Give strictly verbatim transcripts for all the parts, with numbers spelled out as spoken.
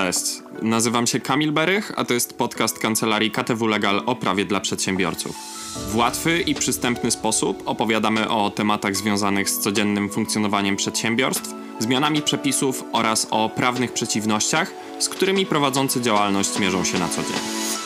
Cześć, nazywam się Kamil Berych, a to jest podcast kancelarii K T W Legal o prawie dla przedsiębiorców. W łatwy i przystępny sposób opowiadamy o tematach związanych z codziennym funkcjonowaniem przedsiębiorstw, zmianami przepisów oraz o prawnych przeciwnościach, z którymi prowadzący działalność mierzą się na co dzień.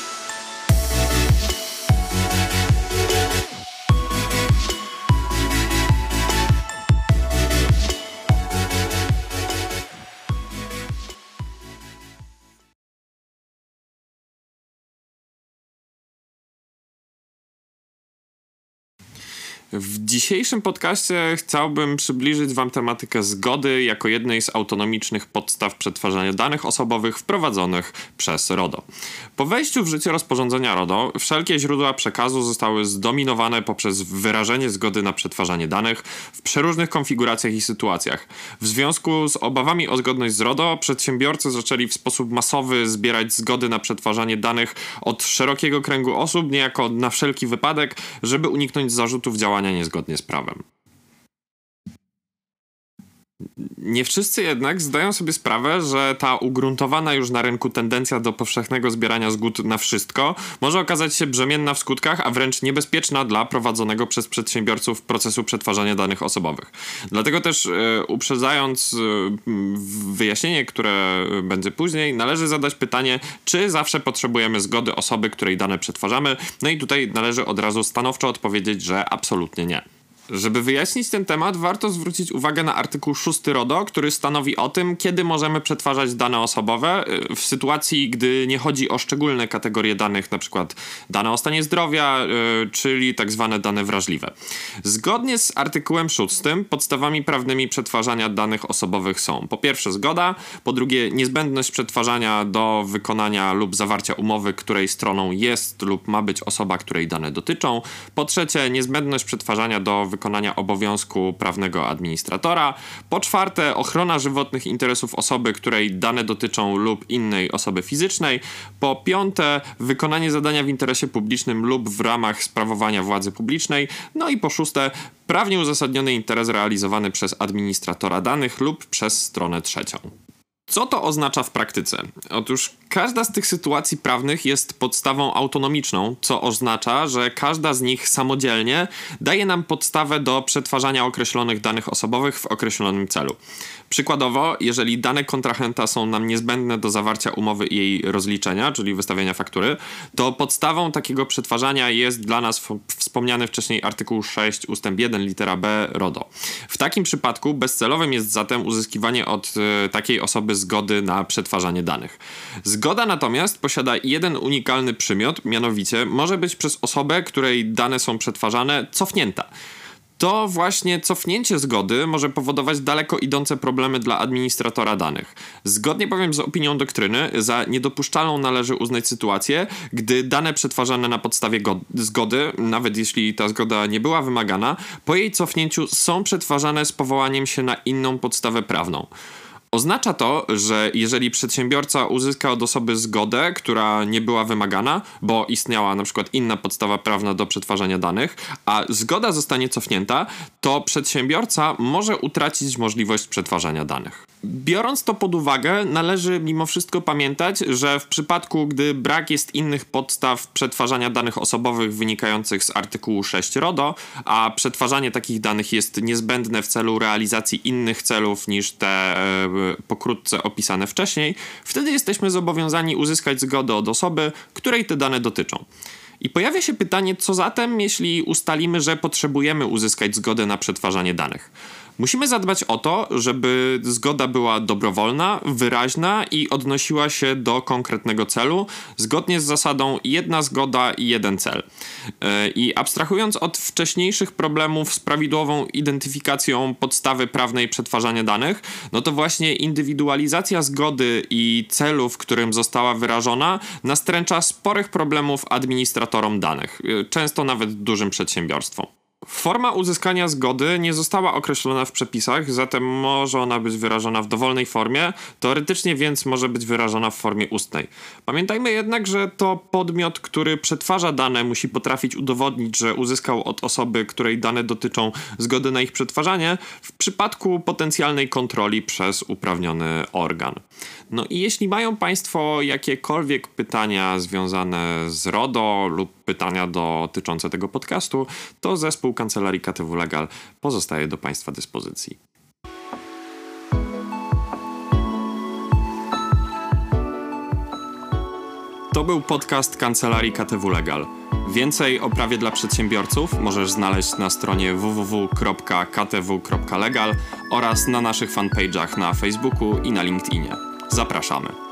W dzisiejszym podcaście chciałbym przybliżyć Wam tematykę zgody jako jednej z autonomicznych podstaw przetwarzania danych osobowych wprowadzonych przez RODO. Po wejściu w życie rozporządzenia RODO wszelkie źródła przekazu zostały zdominowane poprzez wyrażenie zgody na przetwarzanie danych w przeróżnych konfiguracjach i sytuacjach. W związku z obawami o zgodność z RODO przedsiębiorcy zaczęli w sposób masowy zbierać zgody na przetwarzanie danych od szerokiego kręgu osób, niejako na wszelki wypadek, żeby uniknąć zarzutów działania niezgodnie z prawem. Nie wszyscy jednak zdają sobie sprawę, że ta ugruntowana już na rynku tendencja do powszechnego zbierania zgód na wszystko może okazać się brzemienna w skutkach, a wręcz niebezpieczna dla prowadzonego przez przedsiębiorców procesu przetwarzania danych osobowych. Dlatego też e, uprzedzając e, wyjaśnienie, które będzie później, należy zadać pytanie, czy zawsze potrzebujemy zgody osoby, której dane przetwarzamy. No i tutaj należy od razu stanowczo odpowiedzieć, że absolutnie nie. Żeby wyjaśnić ten temat, warto zwrócić uwagę na artykuł szósty RODO, który stanowi o tym, kiedy możemy przetwarzać dane osobowe w sytuacji, gdy nie chodzi o szczególne kategorie danych, np. dane o stanie zdrowia, yy, czyli tak zwane dane wrażliwe. Zgodnie z artykułem szóstym podstawami prawnymi przetwarzania danych osobowych są po pierwsze zgoda, po drugie niezbędność przetwarzania do wykonania lub zawarcia umowy, której stroną jest lub ma być osoba, której dane dotyczą, po trzecie niezbędność przetwarzania do wykonania wykonania obowiązku prawnego administratora. Po czwarte, ochrona żywotnych interesów osoby, której dane dotyczą lub innej osoby fizycznej. Po piąte, wykonanie zadania w interesie publicznym lub w ramach sprawowania władzy publicznej. No i po szóste, prawnie uzasadniony interes realizowany przez administratora danych lub przez stronę trzecią. Co to oznacza w praktyce? Otóż każda z tych sytuacji prawnych jest podstawą autonomiczną, co oznacza, że każda z nich samodzielnie daje nam podstawę do przetwarzania określonych danych osobowych w określonym celu. Przykładowo, jeżeli dane kontrahenta są nam niezbędne do zawarcia umowy i jej rozliczenia, czyli wystawienia faktury, to podstawą takiego przetwarzania jest dla nas w- wspomniany wcześniej artykuł sześć ustęp jeden litera B RODO. W takim przypadku bezcelowym jest zatem uzyskiwanie od y, takiej osoby zgody na przetwarzanie danych. Zgoda natomiast posiada jeden unikalny przymiot, mianowicie może być przez osobę, której dane są przetwarzane, cofnięta. To właśnie cofnięcie zgody może powodować daleko idące problemy dla administratora danych. Zgodnie bowiem z opinią doktryny, za niedopuszczalną należy uznać sytuację, gdy dane przetwarzane na podstawie go- zgody, nawet jeśli ta zgoda nie była wymagana, po jej cofnięciu są przetwarzane z powołaniem się na inną podstawę prawną. Oznacza to, że jeżeli przedsiębiorca uzyska od osoby zgodę, która nie była wymagana, bo istniała na przykład inna podstawa prawna do przetwarzania danych, a zgoda zostanie cofnięta, to przedsiębiorca może utracić możliwość przetwarzania danych. Biorąc to pod uwagę, należy mimo wszystko pamiętać, że w przypadku, gdy brak jest innych podstaw przetwarzania danych osobowych wynikających z artykułu sześć RODO, a przetwarzanie takich danych jest niezbędne w celu realizacji innych celów niż te e, pokrótce opisane wcześniej, wtedy jesteśmy zobowiązani uzyskać zgodę od osoby, której te dane dotyczą. I pojawia się pytanie, co zatem, jeśli ustalimy, że potrzebujemy uzyskać zgodę na przetwarzanie danych? Musimy zadbać o to, żeby zgoda była dobrowolna, wyraźna i odnosiła się do konkretnego celu, zgodnie z zasadą jedna zgoda i jeden cel. I abstrahując od wcześniejszych problemów z prawidłową identyfikacją podstawy prawnej przetwarzania danych, no to właśnie indywidualizacja zgody i celu, w którym została wyrażona, nastręcza sporych problemów administratorom danych, często nawet dużym przedsiębiorstwom. Forma uzyskania zgody nie została określona w przepisach, zatem może ona być wyrażona w dowolnej formie, teoretycznie więc może być wyrażona w formie ustnej. Pamiętajmy jednak, że to podmiot, który przetwarza dane, musi potrafić udowodnić, że uzyskał od osoby, której dane dotyczą, zgodę na ich przetwarzanie w przypadku potencjalnej kontroli przez uprawniony organ. No i jeśli mają Państwo jakiekolwiek pytania związane z RODO lub pytania dotyczące tego podcastu, to zespół Kancelarii K T W Legal pozostaje do Państwa dyspozycji. To był podcast Kancelarii K T W Legal. Więcej o prawie dla przedsiębiorców możesz znaleźć na stronie w w w kropka k t w kropka legal oraz na naszych fanpage'ach na Facebooku i na LinkedInie. Zapraszamy.